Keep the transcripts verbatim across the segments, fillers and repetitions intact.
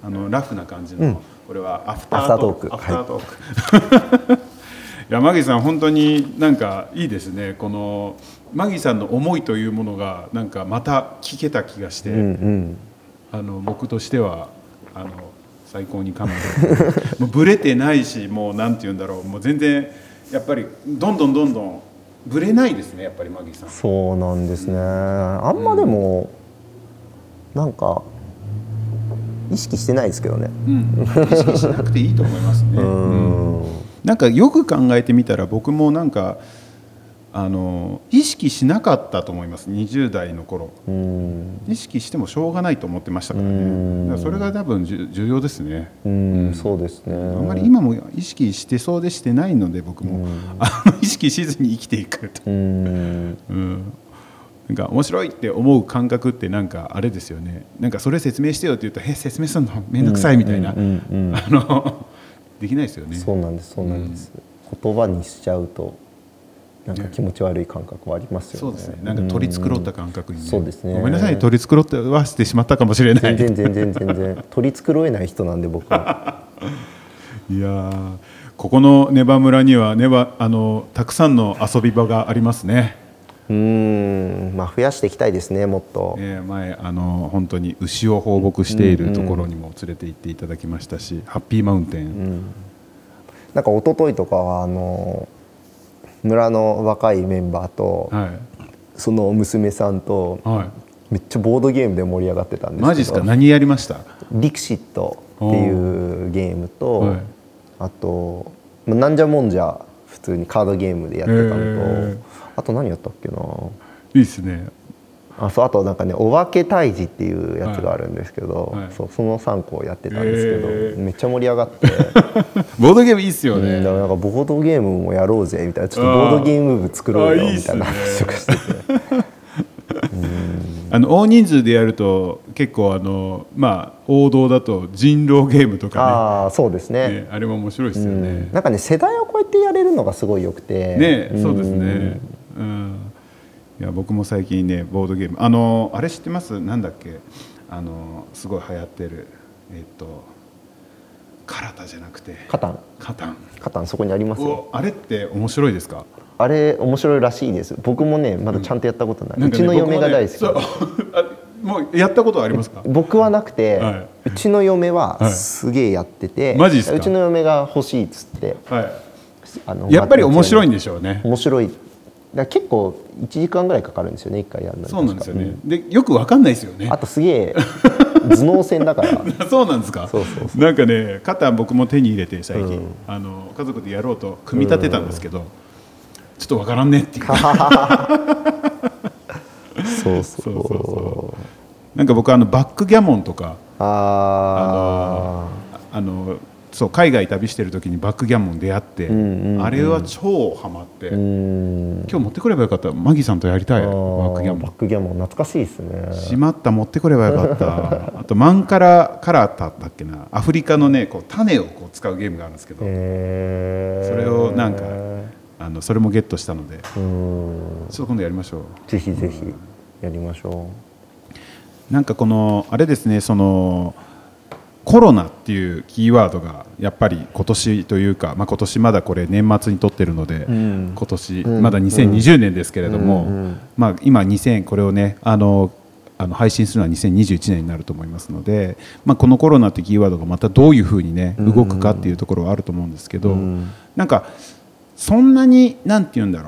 あのラフな感じの、うん、これはアフタートークアフタートーク、はい、いやマギさん本当になんかいいですね。このマギさんの思いというものがなんかまた聞けた気がして、うんうん、あの僕としてはあの最高に感動もうブレてないし、もうなんて言うんだろう、もう全然やっぱりどんどんどんどんブレないですね、やっぱりマギさん。 そうなんですね、うん、あんまでも、うん、なんか意識してないですけどね、 うん、意識しなくていいと思いますね。うん、なんかよく考えてみたら僕もなんかあの意識しなかったと思います。にじゅう代の頃、うん、意識してもしょうがないと思ってましたからね、うん、だからそれが多分重要ですね、 うんうん、そうですね。 あんまり今も意識してそうでしてないので僕も、うん、あの意識しずに生きていくと、うんうん、なんか面白いって思う感覚ってなんかあれですよね。なんかそれ説明してよって言うと、え説明するのめんどくさいみたいな、あのできないですよね。 そうなんですそうなんです、うん、言葉にしちゃうとなんか気持ち悪い感覚はありますよね。 そうですね。なんか取り繕った感覚に、ね、 そうですね。 ごめんなさい、取り繕ってはしてしまったかもしれない。 全然全然全然取り繕えない人なんで僕は。 いやここのネバ村にはネバあのたくさんの遊び場がありますね。 うーん、まあ増やしていきたいですね、もっと。 えー、前あの本当に牛を放牧しているところにも連れて行っていただきましたし、うんうん、ハッピーマウンテン。うん、 なんか一昨日とかはあの村の若いメンバーと、はい、その娘さんと、はい、めっちゃボードゲームで盛り上がってたんですけど。 マジですか？何やりました？ リクシットっていうゲームと、はい、あとなんじゃもんじゃ普通にカードゲームでやってたのと、あと何やったっけな。 いいですね。 あ, そうあとなんかね、お化け退治っていうやつがあるんですけど、はいはい、そうそのさんこをやってたんですけど、えー、めっちゃ盛り上がってボードゲームいいっすよね、 うん、だからなんかボードゲームもやろうぜみたいな、ちょっとボードゲーム部作ろうよみたいな話とかしててあの大人数でやると結構あの、まあ、王道だと人狼ゲームとかね。 ああそうですね、 ね、あれも面白いですよね、うん、 なんかね世代をこうやってやれるのがすごいよくてね、そうですね、うん、いや僕も最近ねボードゲームあのあれ知ってます？なんだっけ、あのすごい流行ってるえっとカラタじゃなくてカタンカタンカタンそこにありますよ。 あれって面白いですか？ あれ面白いらしいです。僕もねまだちゃんとやったことない、うん、うちの嫁が大好き、ね、 もうやったことはありますか？ 僕はなくて、はい、うちの嫁はすげえやってて、はい、 マジですか？ うちの嫁が欲しいっつって、はい、 あのやっぱり面白いんでしょうね。 面白いだ結構いちじかんぐらいかかるんですよね、いっかいやるのに。 そうなんですよね、うん、でよくわかんないですよね。 あとすげえ頭脳戦だからそうなんですか。そうそうそう、なんかね肩僕も手に入れて最近、うん、あの家族でやろうと組み立てたんですけど、うん、ちょっとわからんねっていうそうそうそうそう、 なんか僕あのバックギャモンとかああのあのそう海外旅してる時にバックギャモン出会って、うんうんうん、あれは超ハマって、うん、今日持ってくればよかった。マギさんとやりたいバックギャモン。 バックギャモン懐かしいですね。 しまった、持ってくればよかったあとマンカラカラタだっけな、アフリカのねこう種をこう使うゲームがあるんですけど、それをなんかあのそれもゲットしたので、うん、ちょっと今度やりましょう。 ぜひぜひやりましょう。なんかこのあれですね、そのコロナっていうキーワードがやっぱり今年というか、まあ、今年まだこれ年末に撮ってるので、うん、今年まだにせんにじゅうねんですけれども、うんうん、まあ、今にせんこれをねあのあの配信するのはにせんにじゅういちねんになると思いますので、まあ、このコロナってキーワードがまたどういうふうにね動くかっていうところはあると思うんですけど、うん、なんかそんなになんて言うんだろう、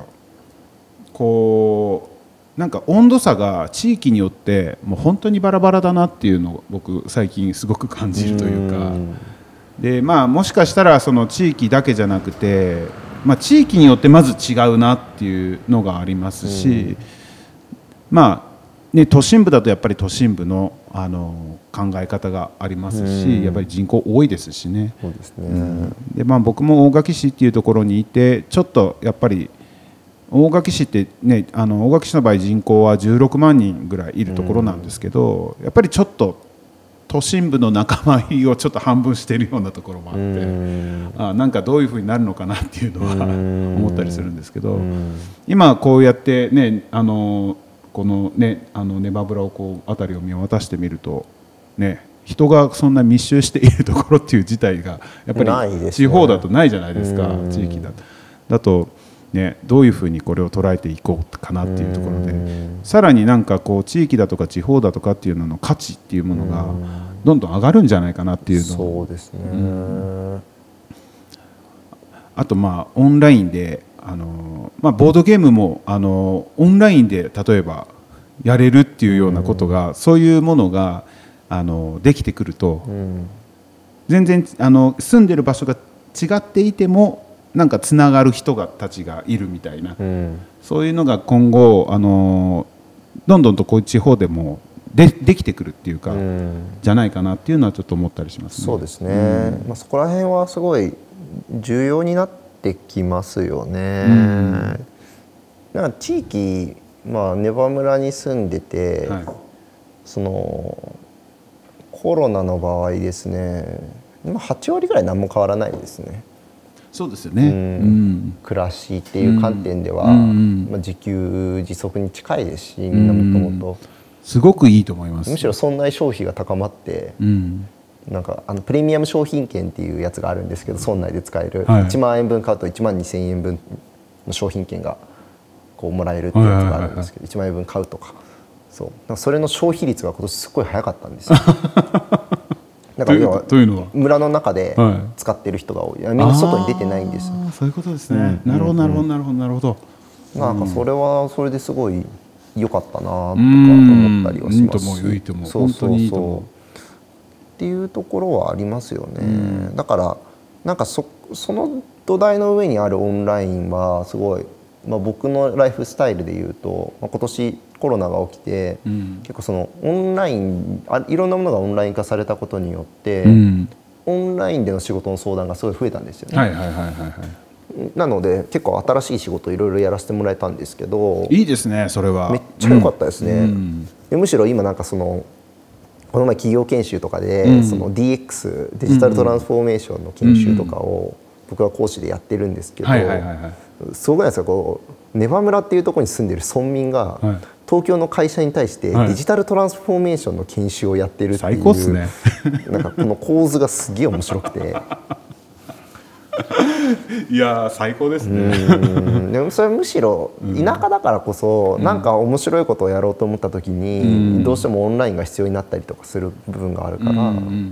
こうなんか温度差が地域によってもう本当にバラバラだなっていうのを僕最近すごく感じるというか、で、まあ、もしかしたらその地域だけじゃなくて、まあ、地域によってまず違うなっていうのがありますし、まあね、都心部だとやっぱり都心部の、あの考え方がありますし、やっぱり人口多いですしね。 そうですね。 で、まあ、僕も大垣市っていうところにいてちょっとやっぱり大垣市ってね、あの大垣市の場合人口はじゅうろくまんにんぐらいいるところなんですけど、やっぱりちょっと都心部の仲間入りをちょっと半分しているようなところもあって、あなんかどういうふうになるのかなっていうのは思ったりするんですけど、今こうやってね、あのこのねあのネバブラをこう辺りを見渡してみるとね、 人がそんな密集しているところっていう事態がやっぱり地方だとないじゃないですか。地域だとだとね、どういうふうにこれを捉えていこうかなっていうところで、さらになんかこう地域だとか地方だとかっていうのの価値っていうものがどんどん上がるんじゃないかなっていうの。 そうですね、うん、 あとまあオンラインであの、まあ、ボードゲームもあのオンラインで例えばやれるっていうようなことが、うん、そういうものがあのできてくると、うん、全然あの住んでる場所が違っていてもなんかつながる人がたちがいるみたいな、うん、そういうのが今後あのどんどんとこういう地方でもで, できてくるっていうか、うん、じゃないかなっていうのはちょっと思ったりしますね。 そうですね、うん、まあ、そこら辺はすごい重要になってきますよね、うん、なんか地域、まあ、根羽村に住んでて、はい、そのコロナの場合ですねはち割ぐらい何も変わらないですね。 そうですよね、うん、 暮らしっていう観点では、うんまあ、自給自足に近いですし、みんなもともとすごくいいと思います。 むしろそんな消費が高まって、うん、なんかあのプレミアム商品券っていうやつがあるんですけど、村内で使える、はい、いちまんえんぶん買うといちまんにせんえんぶんの商品券がこうもらえるっていうやつがあるんですけど、いちまんえんぶん買うとか、そうなんかそれの消費率が今年すごい早かったんですよ。なんか要は村の中で使ってる人が多い、みんな外に出てないんですよ。 そういうことですね、うん、なるほどなるほどなるほどなるほど。 なんかそれはそれですごい良かったなとか思ったりはしますし、 いいと思う、いいと思う、 そうそうそうっていうところはありますよね。だからなんか そ, その土台の上にあるオンラインはすごい、まあ、僕のライフスタイルでいうと、まあ、今年コロナが起きて、うん、結構そのオンラインあいろんなものがオンライン化されたことによって、うん、オンラインでの仕事の相談がすごい増えたんですよね。 はいはいはいはいはい、 なので結構新しい仕事いろいろやらせてもらえたんですけど、 いいですね、それはめっちゃ良かったですね、うん、でむしろ今なんかそのこの前企業研修とかで、うん、その ディーエックス デジタルトランスフォーメーションの研修とかを僕は講師でやってるんですけど、すごくないですか、こう根羽村っていうところに住んでる村民が、はい、東京の会社に対してデジタルトランスフォーメーションの研修をやってるっていう、 最高っすね。 なんかこの構図がすげえ面白くていや最高ですね。 うんでもそれむしろ田舎だからこそ、うん、なんか面白いことをやろうと思った時に、うん、どうしてもオンラインが必要になったりとかする部分があるから、うん、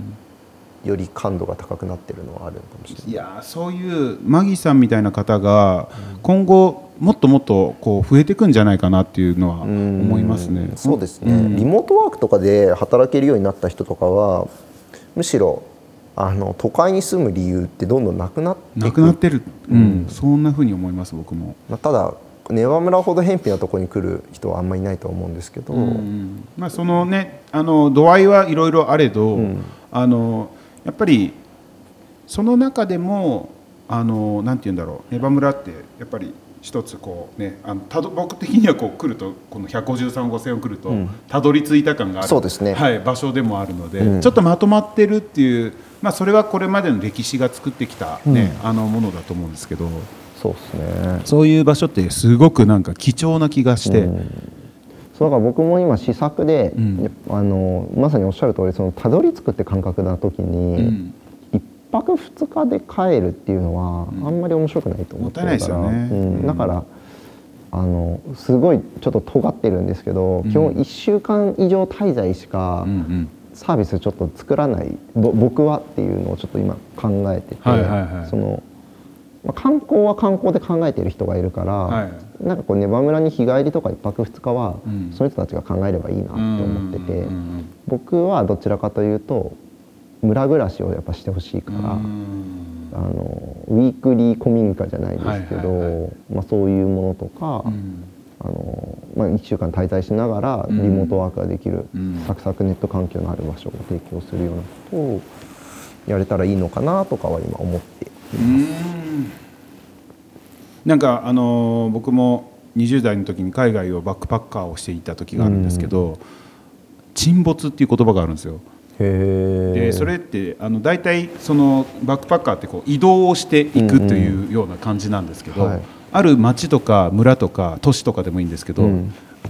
より感度が高くなってるのはあるのかもしれない。 いやそういうマギさんみたいな方が今後もっともっとこう増えていくんじゃないかなっていうのは思いますね。 うそうですね、うん、リモートワークとかで働けるようになった人とかはむしろあの都会に住む理由ってどんどんなくなっていく、 なくなってる、うん、そんなふうに思います僕も。 ただ根羽村ほど偏僻なところに来る人はあんまりいないと思うんですけど、うんまあ、そのねあの度合いはいろいろあれど、うん、あのやっぱりその中でもあのなんて言うんだろう、根羽村ってやっぱり一つこうね、あのたど僕的にはこう来るとこのひゃくごじゅうさん号線を来るとたどり着いた感がある、 そうですね、 はい、場所でもあるので、うん、ちょっとまとまってるっていう、まあ、それはこれまでの歴史が作ってきた、ねうん、あのものだと思うんですけど、 そうですね、 そういう場所ってすごくなんか貴重な気がして、うん、 そうだから僕も今試作で、うん、あのまさにおっしゃる通りそのたどり着くって感覚な時に、うんいっぱくふつかで帰るっていうのはあんまり面白くないと思ってるから、うん、だからあのすごいちょっと尖ってるんですけど、うん、基本いっしゅうかん以上滞在しかサービスちょっと作らない、ぼ僕はっていうのをちょっと今考えてて、はいはいはい、そのまあ、観光は観光で考えている人がいるから、はい、なんかこう根羽村に日帰りとかいっぱくふつかは、うん、その人たちが考えればいいなって思ってて、僕はどちらかというと村暮らしをやっぱしてほしいから、あのウィークリー古民家じゃないですけど、はいはいはい、まあ、そういうものとか、うん、あのまあ、いっしゅうかん滞在しながらリモートワークができる、うん、サクサクネット環境のある場所を提供するようなことをやれたらいいのかなとかは今思っています。うんなんかあの僕もにじゅう代の時に海外をバックパッカーをしていた時があるんですけど、うん、沈没っていう言葉があるんですよ。へでそれってあの大体そのバックパッカーってこう移動をしていくというような感じなんですけど、うんうんはい、ある町とか村とか都市とかでもいいんですけど、うん、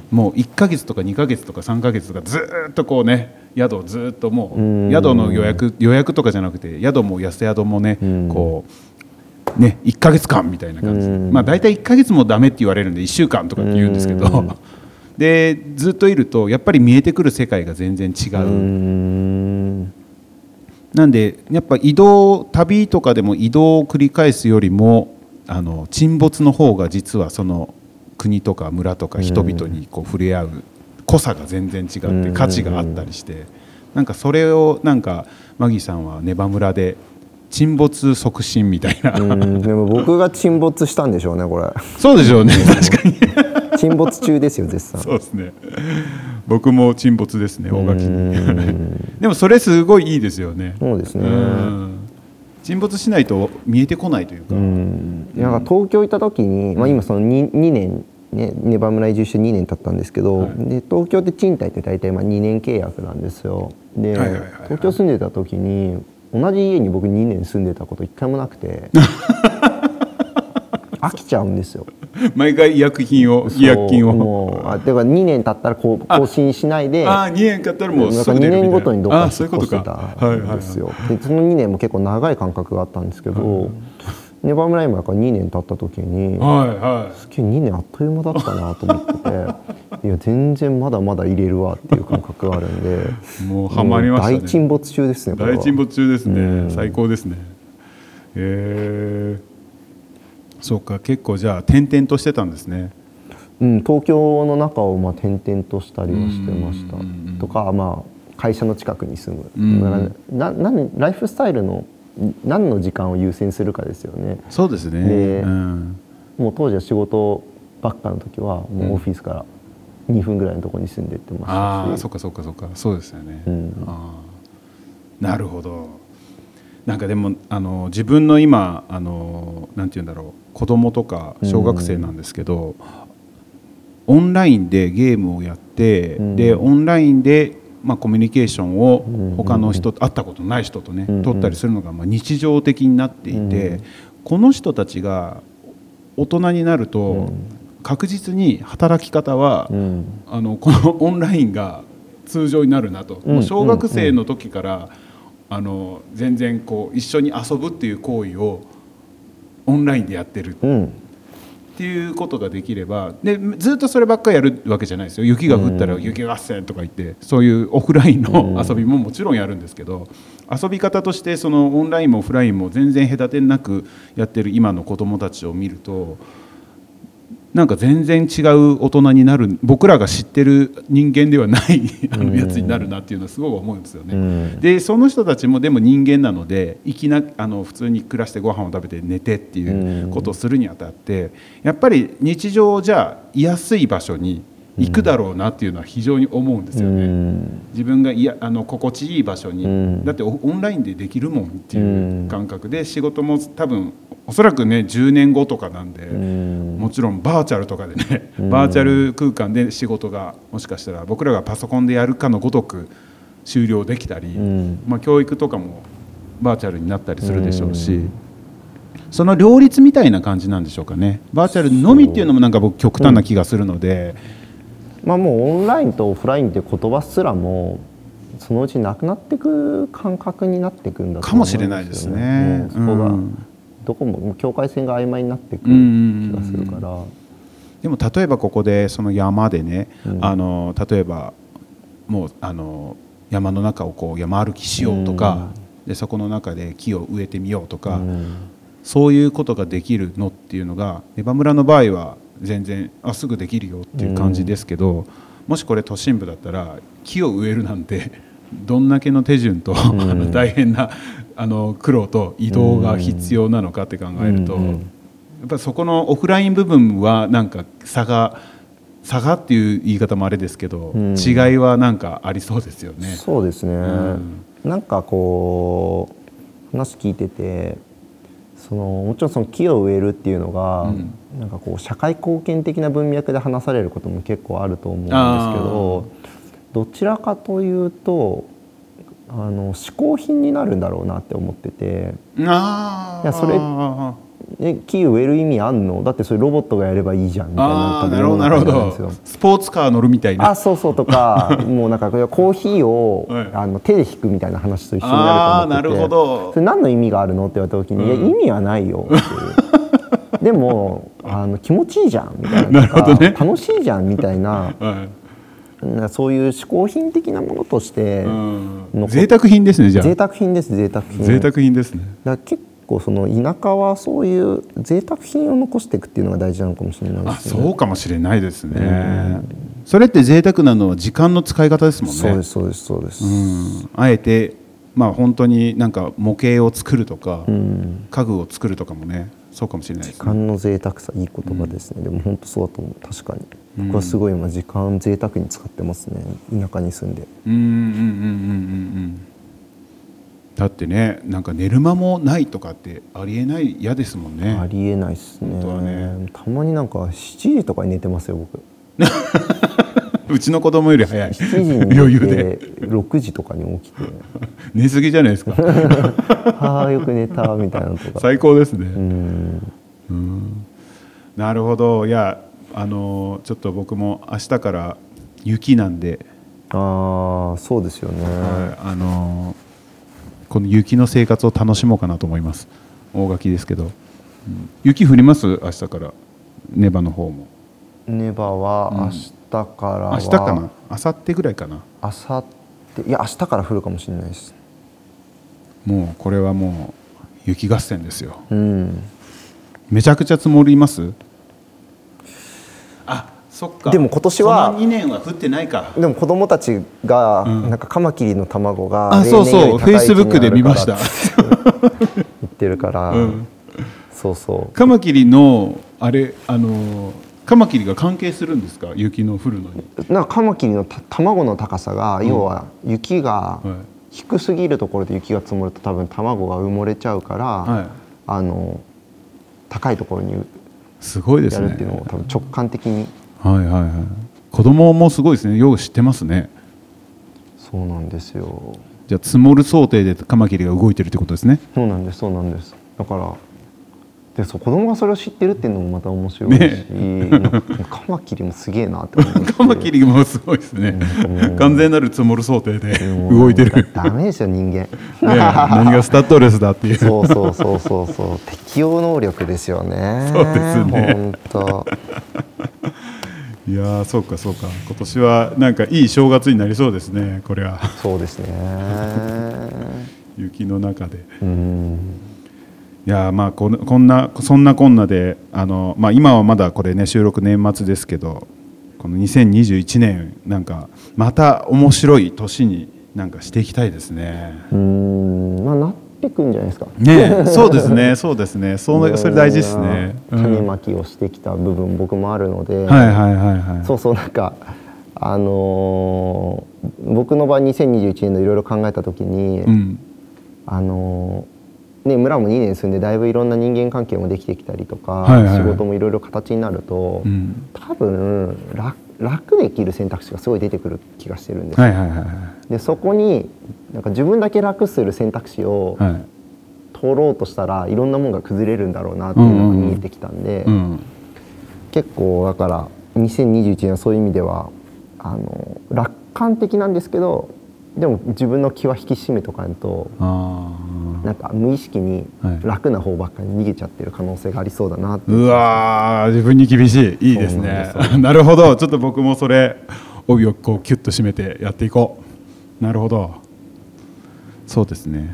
もういっかげつとかにかげつとかさんかげつとかずっとこうね宿をずっともう宿の予約予約とかじゃなくて宿も安宿もねこうねいっかげつかんみたいな感じで、まあ大体いっかげつもダメって言われるんでいっしゅうかんとかって言うんですけどでずっといるとやっぱり見えてくる世界が全然違う。なんでやっぱ移動旅とかでも移動を繰り返すよりもあの沈没の方が実はその国とか村とか人々にこう触れ合う濃さが全然違って価値があったりしてなんかそれをなんかマギーさんはネバ村で沈没促進みたいなうんでも僕が沈没したんでしょうねこれ。 そうでしょうね確かに沈没中ですよ絶賛。 そうですね僕も沈没ですね大垣にでもそれすごいいいですよね。 そうですね沈没しないと見えてこないというか、うん、 なんか東京行った時に、うんまあ、今その 2, 2年ねネバ村移住してにねん経ったんですけど、はい、で東京って賃貸って大体まあにねん契約なんですよ。で、はいはいはいはい、東京住んでた時に同じ家に僕にねん住んでたこと一回もなくて飽きちゃうんですよ毎回医薬品を医薬品をもうあだからにねん経ったらこう更新しないでああにねん経ったらもうすぐ出るみたいなにねんごとにどっか引っ越してたんですよ。でそのにねんも結構長い間隔があったんですけど、うん、ネバ村今からにねん経った時に、はいはい、すげえにねんあっという間だったなと思ってていや全然まだまだ入れるわっていう感覚があるんでもうハマりましたね。 大沈没中ですね。 大沈没中ですね、うん、最高ですね。へえそうか結構じゃあ転々としてたんですね。 うん、東京の中をまあ転々としたりはしてましたとか、まあ、会社の近くに住むだからななライフスタイルの何の時間を優先するかですよね。 そうですねで、 うん、 もう当時は仕事ばっかの時はもうオフィスからにふんぐらいのところに住んでってましたし、 ああそっかそっかそっかそうですよね、うん、あなるほど。なんかでもあの自分の今あのなんて言うんだろう子供とか小学生なんですけど、うん、オンラインでゲームをやって、うん、でオンラインで、まあ、コミュニケーションを他の人、うん、会ったことない人とね、うん、取ったりするのがまあ日常的になっていて、うん、この人たちが大人になると、うん、確実に働き方は、うん、あのこのオンラインが通常になるなと、うん、もう小学生の時から、うんあの全然こう一緒に遊ぶっていう行為をオンラインでやってるっていうことができればでずっとそればっかりやるわけじゃないですよ。雪が降ったら雪合戦とか言ってそういうオフラインの遊びももちろんやるんですけど遊び方としてそのオンラインもオフラインも全然隔てなくやってる今の子どもたちを見るとなんか全然違う大人になる僕らが知ってる人間ではないあのやつになるなっていうのはすごく思うんですよね、うん、でその人たちもでも人間なので生きなあの普通に暮らしてご飯を食べて寝てっていうことをするにあたってやっぱり日常じゃ居やすい場所に行くだろうなっていうのは非常に思うんですよね、うん、自分がいやあの心地いい場所に、うん、だってオンラインでできるもんっていう感覚で仕事も多分おそらくねじゅうねんごとかなんで、うん、もちろんバーチャルとかでね、うん、バーチャル空間で仕事がもしかしたら僕らがパソコンでやるかのごとく終了できたり、うんまあ、教育とかもバーチャルになったりするでしょうし、うん、その両立みたいな感じなんでしょうかね。バーチャルのみっていうのもなんか僕極端な気がするので、 うんまあ、もうオンラインとオフラインっていう言葉すらもそのうちなくなっていく感覚になっていくんだと思うんですよね。 かもしれないですね。 そこが、うんどこも境界線が曖昧になっていく気がするから、うんうん、 でも例えばここでその山でね、うん、あの例えばもうあの山の中をこう山歩きしようとか、うん、でそこの中で木を植えてみようとか、うん、そういうことができるのっていうのがネバ村の場合は全然あすぐできるよっていう感じですけど、うん、もしこれ都心部だったら木を植えるなんてどんだけの手順と、うん、大変なあの苦労と移動が必要なのかって考えると、うんうん、やっぱりそこのオフライン部分はなんか差が差がっていう言い方もあれですけど、うん、違いはなんかありそうですよね。 そうですね、うん、なんかこう話聞いててそのもちろんその木を植えるっていうのが、うん、なんかこう社会貢献的な文脈で話されることも結構あると思うんですけどどちらかというとあの嗜好品になるんだろうなって思っててあいやそれえ木植える意味あんの？だってそれロボットがやればいいじゃんみたいな。 あなるほどなるほど。スポーツカー乗るみたいな。 あそうそうとかもうなんかコーヒーを、はい、あの手で引くみたいな話と一緒になると思ってて、あなるほど。それ何の意味があるのって言われた時に、うん、いや意味はないよっていうでもあの気持ちいいじゃんみたい な, なるほど、ね、楽しいじゃんみたいな、はい、そういう嗜好品的なものとして、うん、 贅沢品ですね。じゃあ贅沢品です贅沢品贅沢品ですね。 だ結構その田舎はそういう贅沢品を残していくっていうのが大事なのかもしれないですね。 あそうかもしれないですね、うん、それって贅沢なのは時間の使い方ですもんね。 そうですそうですそうです、 うん、あえてまあ本当になんか模型を作るとか、うん、家具を作るとかもねそうかもしれないですね。 時間の贅沢さいい言葉ですね、うん、でも本当そうだと思う。確かに僕はすごい今時間贅沢に使ってますね田舎に住んで。うんうんうんうんうんうんだってねなんか寝る間もないとかってありえない嫌ですもんね。ありえないですね。本当はねたまになんかしちじとかに寝てますよ僕うちの子供より早い。 しちじに寝てろくじとかに起きて寝すぎじゃないですかはあよく寝たみたいなのとか最高ですね。うんうんなるほど。いやあのちょっと僕も明日から雪なんで。 ああそうですよね、 はい、あのこの雪の生活を楽しもうかなと思います。大垣ですけど、うん、雪降ります明日からネバの方も。 ネバは明日からは、 うん、明日かな明後日ぐらいかな。 明後日いや明日から降るかもしれないです。 もうこれはもう雪合戦ですよ、うん、めちゃくちゃ積もります。あそっか。でも今年はそのにねんは降ってないか。 でも子供たちが、うん、なんかカマキリの卵があそうそうフェイスブックで見ました言ってるから、うん、そうそうカマキリのあれあのカマキリが関係するんですか雪の降るのに。 なんかカマキリの卵の高さが、うん、要は雪が低すぎるところで雪が積もると多分卵が埋もれちゃうから、はい、あの高いところにすごいですねやるっていうのを多分直感的に。 はいはいはい。子供もすごいですね。よう知ってますね。 そうなんですよ。 じゃあ積もる想定でカマキリが動いてるってことですね。 そうなんですそうなんです。だからでそう子供がそれを知ってるっていうのもまた面白いし、ね、カマキリもすげえなって思って。 カマキリもすごいですね。完全なる積もる想定で動いてる。 ダメですよ人間。ね、 何がスタッドレスだっていう。 そうそうそうそうそう適応能力ですよね。 そうですね。 本当。 いやそうかそうか今年はなんかいい正月になりそうですねこれは。 そうですね雪の中で。うんいやまあこんこんなそんなこんなであの、まあ、今はまだこれね収録年末ですけどこのにせんにじゅういちねんなんかまた面白い年になんかしていきたいですね。 うんまあなってくんじゃないですかね。そうですねそうですねそれそれ大事ですね。 種まきをしてきた部分僕もあるので、 はいはいはいはい。 そうそうなんかあのー、僕の場合にせんにじゅういちねんのいろいろ考えた時に、うん、あのーね、村もにねん住んでだいぶいろんな人間関係もできてきたりとか、はいはいはい、仕事もいろいろ形になると、うん、多分 楽, 楽できる選択肢がすごい出てくる気がしてるんですよ、はいはいはい、でそこになんか自分だけ楽する選択肢を取ろうとしたらいろんなものが崩れるんだろうなっていうのが見えてきたんで、うんうんうん、結構だからにせんにじゅういちねんはそういう意味ではあの楽観的なんですけどでも自分の気は引き締めとかんとなんか無意識に楽な方ばっかり逃げちゃってる可能性がありそうだなって。 うわ自分に厳しいいいですね。なるほどちょっと僕もそれ帯をこうキュッと締めてやっていこう。なるほどそうですね。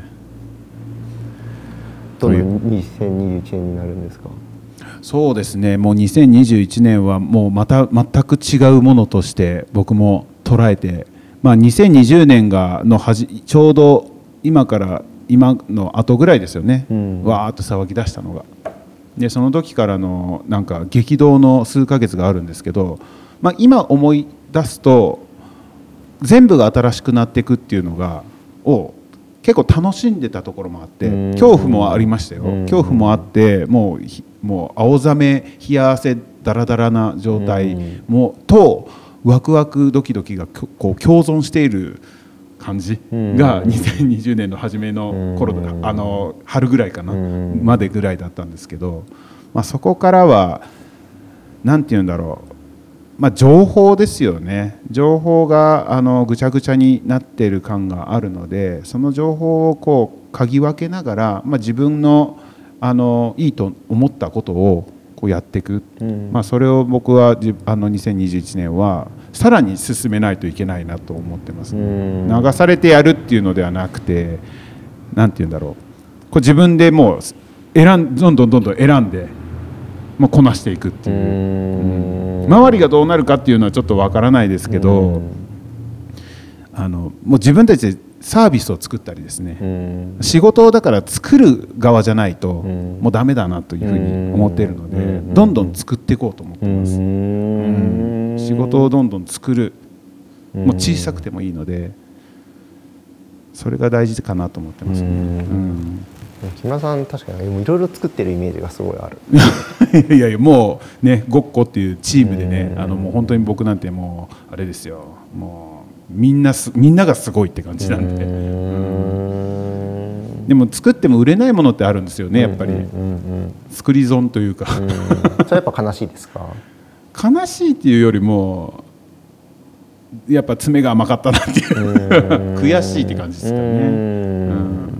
どのにせんにじゅういちねんになるんですか。 そうですねもうにせんにじゅういちねんはもうまた全く違うものとして僕も捉えてまあ、にせんにじゅうねんがのはじちょうど今から今の後ぐらいですよね、うん、わーっと騒ぎ出したのが。でその時からのなんか激動の数ヶ月があるんですけど、まあ、今思い出すと全部が新しくなっていくっていうのがを結構楽しんでたところもあって恐怖もありましたよ。恐怖もあってもう、もう青ざめ冷や汗だらだらな状態もとワクワクドキドキがこう共存している感じがにせんにじゅうねんの初めの頃、あの春ぐらいかなまでぐらいだったんですけど、まあ、そこからはなんて言うんだろう、まあ、情報ですよね。情報があのぐちゃぐちゃになっている感があるので、その情報をこう嗅ぎ分けながら、まあ、自分のあのいいと思ったことをこうやっていく、うん、まあ、それを僕はあのにせんにじゅういちねんはさらに進めないといけないなと思ってます、ね、うん、流されてやるっていうのではなくて、なんて言うんだろう、こう自分でもう選んどんどんどんどん選んでもうこなしていくっていう、うん、周りがどうなるかっていうのはちょっとわからないですけど、うん、あのもう自分たちでサービスを作ったりですね、うん、仕事をだから作る側じゃないともうダメだなというふうに思っているので、うん、どんどん作っていこうと思ってます、うん、仕事をどんどん作る、もう小さくてもいいのでそれが大事かなと思ってますね、うん、 木村さん確かにいろいろ作ってるイメージがすごいあるいやいやもうねごっこっていうチームでね、あのもう本当に僕なんてもうあれですよ、もうみんなすみんながすごいって感じなんで、うん、でも作っても売れないものってあるんですよね、やっぱり、うんうんうん、作り損というか、うん、 それやっぱ悲しいですか？ 悲しいっていうよりもやっぱ爪が甘かったなっていう悔しいって感じですかね、うん、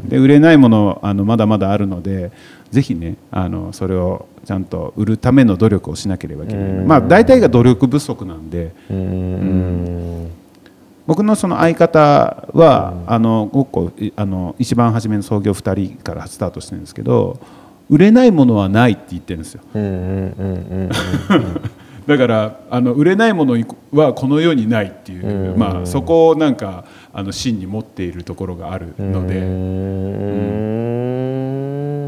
で売れないものあのまだまだあるので、ぜひねあのそれをちゃんと売るための努力をしなければいけない、まあ大体が努力不足なんで、うん、僕のその相方は、うん、あのごっこあの一番初めの創業ふたりからスタートしてるんですけど、売れないものはないって言ってるんですよ。だからあの売れないものはこの世にないっていう、うん、まあ、そこをなんかあの真に持っているところがあるので、うん、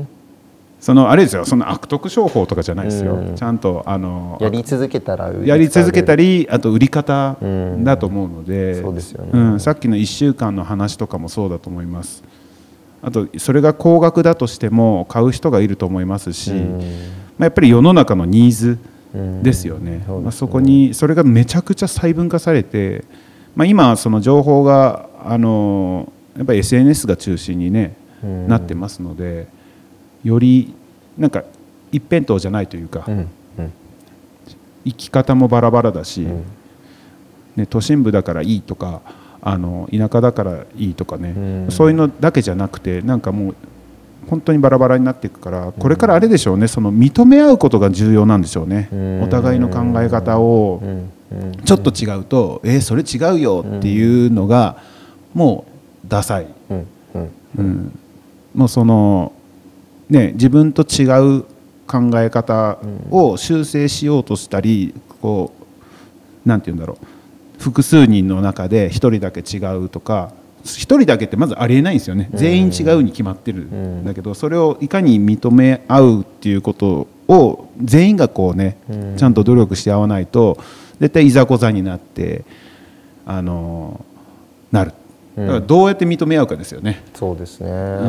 そのあれですよ、その悪徳商法とかじゃないですよ、うん、ちゃんとあのやり続けたらやり続けたり、あと売り方だと思うので、 そうですよね、 うん、さっきのいっしゅうかんの話とかもそうだと思います。あとそれが高額だとしても買う人がいると思いますし、うん、まあ、やっぱり世の中のニーズですよね、うん、まあ、そこにそれがめちゃくちゃ細分化されて、まあ、今その情報があのやっぱり エスエヌエス が中心に、ね、うん、なってますので、よりなんか一辺倒じゃないというか、うんうん、生き方もバラバラだし、うん、ね、都心部だからいいとかあの田舎だからいいとかね、うん、そういうのだけじゃなくて、なんかもう本当にバラバラになっていくから、これからあれでしょうね、その認め合うことが重要なんでしょうね、うん、お互いの考え方をちょっと違うと、えー、それ違うよっていうのがもうダサい、うんうん、もうそのね、自分と違う考え方を修正しようとしたり、こうなんて言うんだろう、複数人の中で一人だけ違うとか、一人だけってまずありえないんですよね。全員違うに決まってるんだけど、それをいかに認め合うっていうことを全員がこうね、ちゃんと努力して合わないと絶対いざこざになってあのなる。だからどうやって認め合うかですよね。 そうですね、 うん、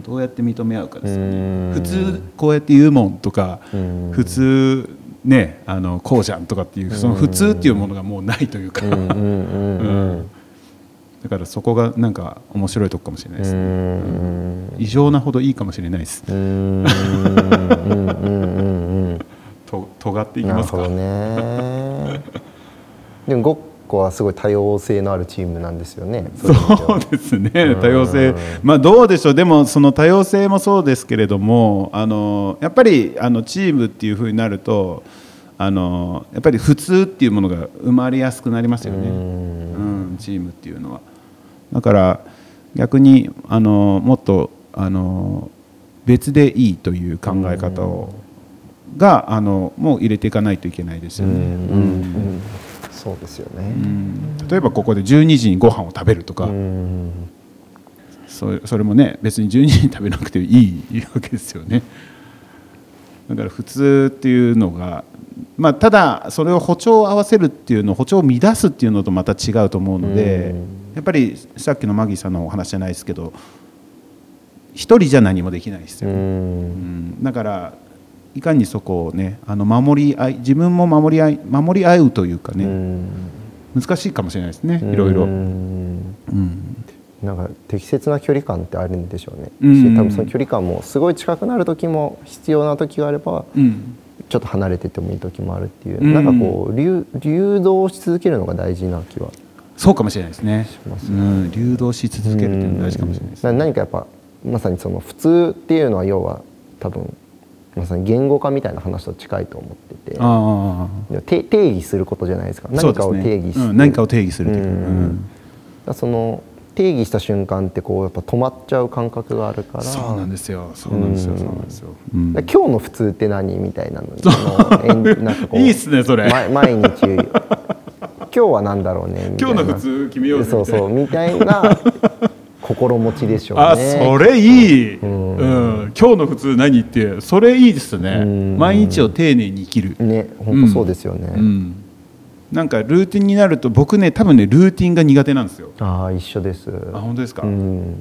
どうやって認め合うかですよね。普通こうやって言うもんとか、普通ね、あのこうじゃんとかっていう、その普通っていうものがもうないというか、だからそこがなんか面白いとこかもしれないですね。うん、異常なほどいいかもしれないです。と尖っていきますか。 なるほどね。でもごっこはすごい多様性のあるチームなんですよね。 そうですね、多様性、まあどうでしょう。でもその多様性もそうですけれども、あのやっぱりあのチームっていう風になると、あのやっぱり普通っていうものが生まれやすくなりますよね。うん、うん、チームっていうのは。だから逆にあのもっとあの別でいいという考え方をがあのもう入れていかないといけないですよね。うんうんうん、 そうですよね。うん、 例えばここでじゅうにじにご飯を食べるとか、うん、それ、それもね別にじゅうにじに食べなくていいわけですよね。だから普通っていうのが、まあ、ただそれを歩調を合わせるっていうの、歩調を乱すっていうのとまた違うと思うので、うん、やっぱりさっきのマギーさんのお話じゃないですけど、一人じゃ何もできないですよ、うんうん、だからいかにそこをね、あの守り合い、自分も守り合い守り合うというかね、うん、難しいかもしれないですね、いろいろ、うんうん、 なんか適切な距離感ってあるんでしょうね、 うんうん、 多分その距離感もすごい近くなる時も必要な時があれば、うん、ちょっと離れててもいい時もあるっていう、うん、なんかこう 流, 流動し続けるのが大事な気はそうかもしれないですね。うん、流動し続けるっていうのが大事かもしれないですね、 うん、何かやっぱまさにその普通っていうのは要は多分まさに言語化みたいな話と近いと思ってて、あ定義することじゃないですか。何かを定義する、 うん、何かを定義するっていうか、うん、 だその定義した瞬間ってこうやっぱ止まっちゃう感覚があるから。 そうなんですよそうなんですよ、うん、そうなんですよ、 うん、今日の普通って何みたいなのなんかこういいっすねそれ毎日今日は何だろうねみたいな、 今日の普通決めようぜそうそうみたいな心持ちでしょうね。 あ、それいい、うんうん、今日の普通何ってそれいいですね、うん、毎日を丁寧に生きるね、本当そうですよね、うんうん、 なんかルーティンになると僕ね多分ねルーティンが苦手なんですよ。 ああ一緒です。 あ本当ですか、うん、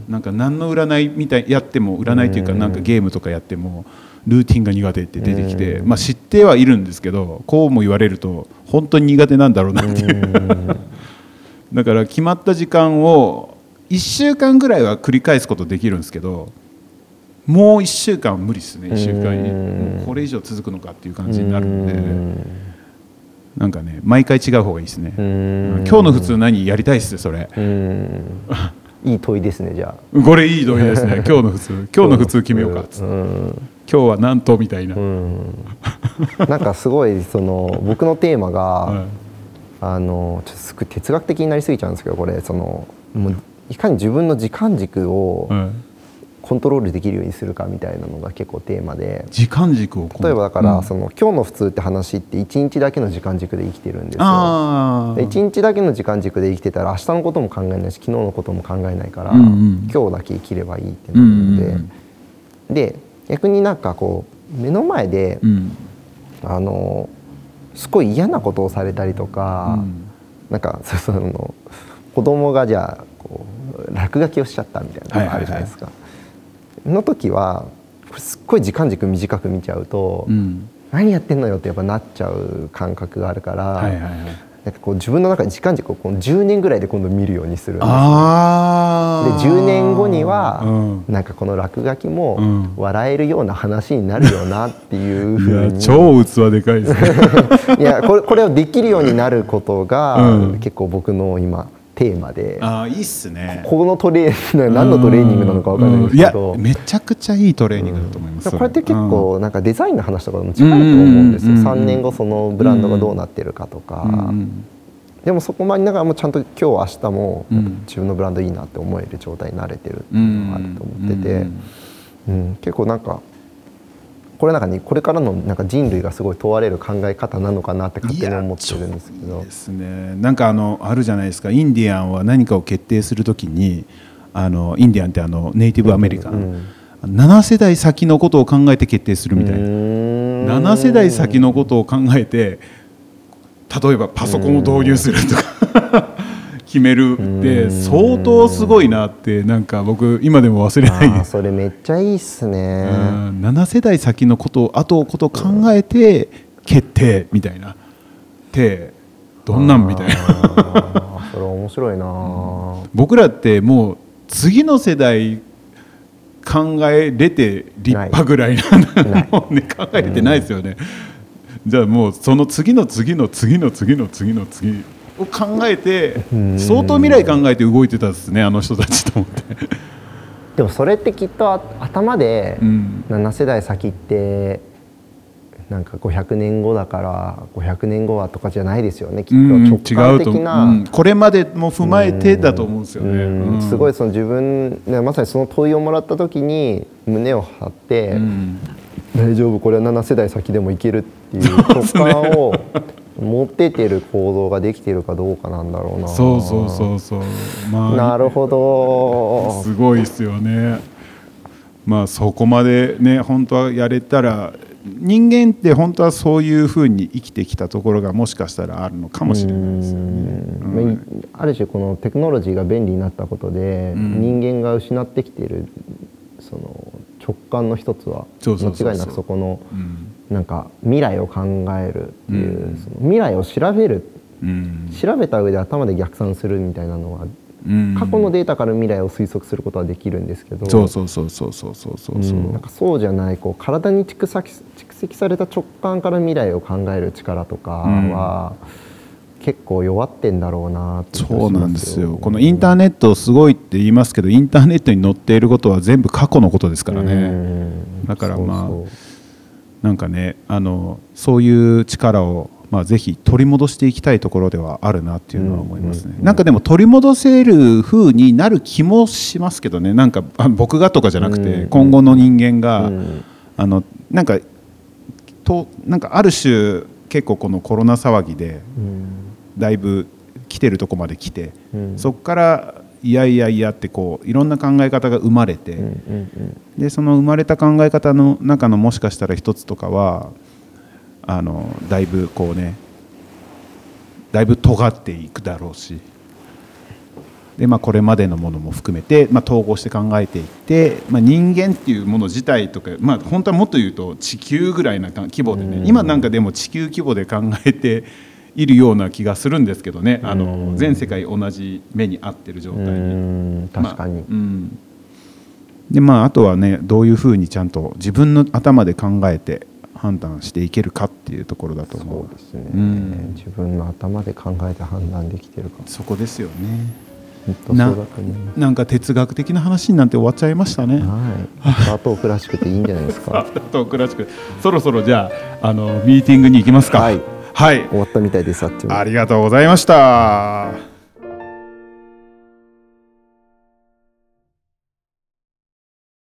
なんか何の占いみたいやっても占いっていうかなんかゲームとかやってもルーティンが苦手って出てきて、まあ、知ってはいるんですけどこうも言われると本当に苦手なんだろうなっていうだから決まった時間をいっしゅうかんぐらいは繰り返すことできるんですけどもういっしゅうかんは無理ですね。いっしゅうかんにもうこれ以上続くのかっていう感じになるのでなんかね毎回違う方がいいですね。今日の普通何やりたいですねそれ。 いい問いですね。じゃあこれいい問いですね。今日の普通今日の普通決めようかっつって今日はなんとみたいななんかすごいその僕のテーマが、はい、あのちょっとすごい哲学的になりすぎちゃうんですけどこれそのもういかに自分の時間軸をコントロールできるようにするかみたいなのが結構テーマで、 時間軸を例えばだから、うん、その今日の普通って話っていちにちだけの時間軸で生きてるんですよ。いちにちだけの時間軸で生きてたら明日のことも考えないし昨日のことも考えないから、うんうん、今日だけ生きればいいってなるので、うんうん、で逆になんかこう目の前で、うん、あのすごい嫌なことをされたりとか、うん、なんかその子供がじゃあこう落書きをしちゃったみたいなのがあるじゃないですか、はいはいはい、の時はすっごい時間軸短く見ちゃうと、うん、何やってんのよってやっぱなっちゃう感覚があるから、はいはいはい、なんかこう自分の中で時間軸をこうじゅうねんぐらいで今度見るようにするんですよ。でじゅうねんごには、うん、なんかこの落書きも笑えるような話になるよなっていうふうに、 いや超器でかいですねいやこれ、これをできるようになることが、うん、結構僕の今テーマで、 あいいっすね。 このトレー何のトレーニングなのか分からないんですけど、 いやめちゃくちゃいいトレーニングだと思います、 うん、これって結構なんかデザインの話とかでも近いと思うんですよ。さんねんごそのブランドがどうなってるかとか、うんうん、でもそこまでながらもちゃんと今日明日も自分のブランドいいなって思える状態になれてるっていうのがあると思ってて、うん、結構なんかこれなんかねこれからのなんか人類がすごい問われる考え方なのかなって勝手に思ってるんですけど。 いいですね。なんかあのあるじゃないですか。インディアンは何かを決定するときにあのインディアンってあのネイティブアメリカン、うん、ななせだい先のことを考えて決定するみたいな。ななせだい先のことを考えて例えばパソコンを導入するとか決めるって相当すごいなってなんか僕今でも忘れない。 あそれめっちゃいいっすね。 ななせだい先のこと後のことを考えて決定みたいなってどんなんみたいなそれ面白いな、うん、 僕らってもう次の世代考えれて立派ぐらいなもう、ね、考えれてないですよね、うん、じゃあもうその次の次の次の次の次の次を考えて相当未来考えて動いてたんですねあの人たちと思ってでもそれってきっと頭でななせだい先ってなんかごひゃくねんごだからごひゃくねんごはとかじゃないですよねきっと直感的な、 うん、これまでも踏まえてだと思うんですよね、 うん、すごいその自分まさにその問いをもらった時に胸を張って、うん、大丈夫これはななせだい先でもいけるっていう直感を持っててる行動ができているかどうかなんだろうな。 そうそうそうそう、 まあ、なるほどすごいですよね。まあそこまでね本当はやれたら人間って本当はそういうふうに生きてきたところがもしかしたらあるのかもしれないですよね。うん、 ある種このテクノロジーが便利になったことで、うん、人間が失ってきているその直感の一つは間違いなくそこのなんか未来を考えるっていう、その未来を調べる、調べた上で頭で逆算するみたいなのはうん、過去のデータから未来を推測することはできるんですけど、 そうそうそうそうそうそうそう、うん、 なんかそうじゃないこう体に蓄積、蓄積された直感から未来を考える力とかは、うん、結構弱ってんだろうなって気がしますよ。 そうなんですよ。このインターネットすごいって言いますけど、インターネットに載っていることは全部過去のことですからね。うん、だからまあそうそうなんかね、あのそういう力をまあ、ぜひ取り戻していきたいところではあるなっていうのは思いますね、うんうんうん、なんかでも取り戻せる風になる気もしますけどね。なんか僕がとかじゃなくて、うんうん、今後の人間が、うん、あのなんかとなんかある種結構このコロナ騒ぎでだいぶ来てるとこまで来て、うん、そこからいやいやいやってこういろんな考え方が生まれて、うんうんうん、でその生まれた考え方の中のもしかしたら一つとかはあのだいぶこうねだいぶ尖っていくだろうしで、まあ、これまでのものも含めて、まあ、統合して考えていって、まあ、人間っていうもの自体とか、まあ、本当はもっと言うと地球ぐらいな規模でね、今なんかでも地球規模で考えているような気がするんですけどね。あの全世界同じ目に合ってる状態に確かに、まあうんでまあ、あとはねどういうふうにちゃんと自分の頭で考えて判断していけるかっていうところだと思う。 そうですね、うん、自分の頭で考えて判断できてるかそこですよね。な, なんか哲学的な話になって終わっちゃいましたね。 はい、アフタートークらしくていいんじゃないですか。 アフタートークらしくそろそろじゃあ、あのミーティングに行きますか。 はい、 はい、 終わったみたいです。あっちもありがとうございました。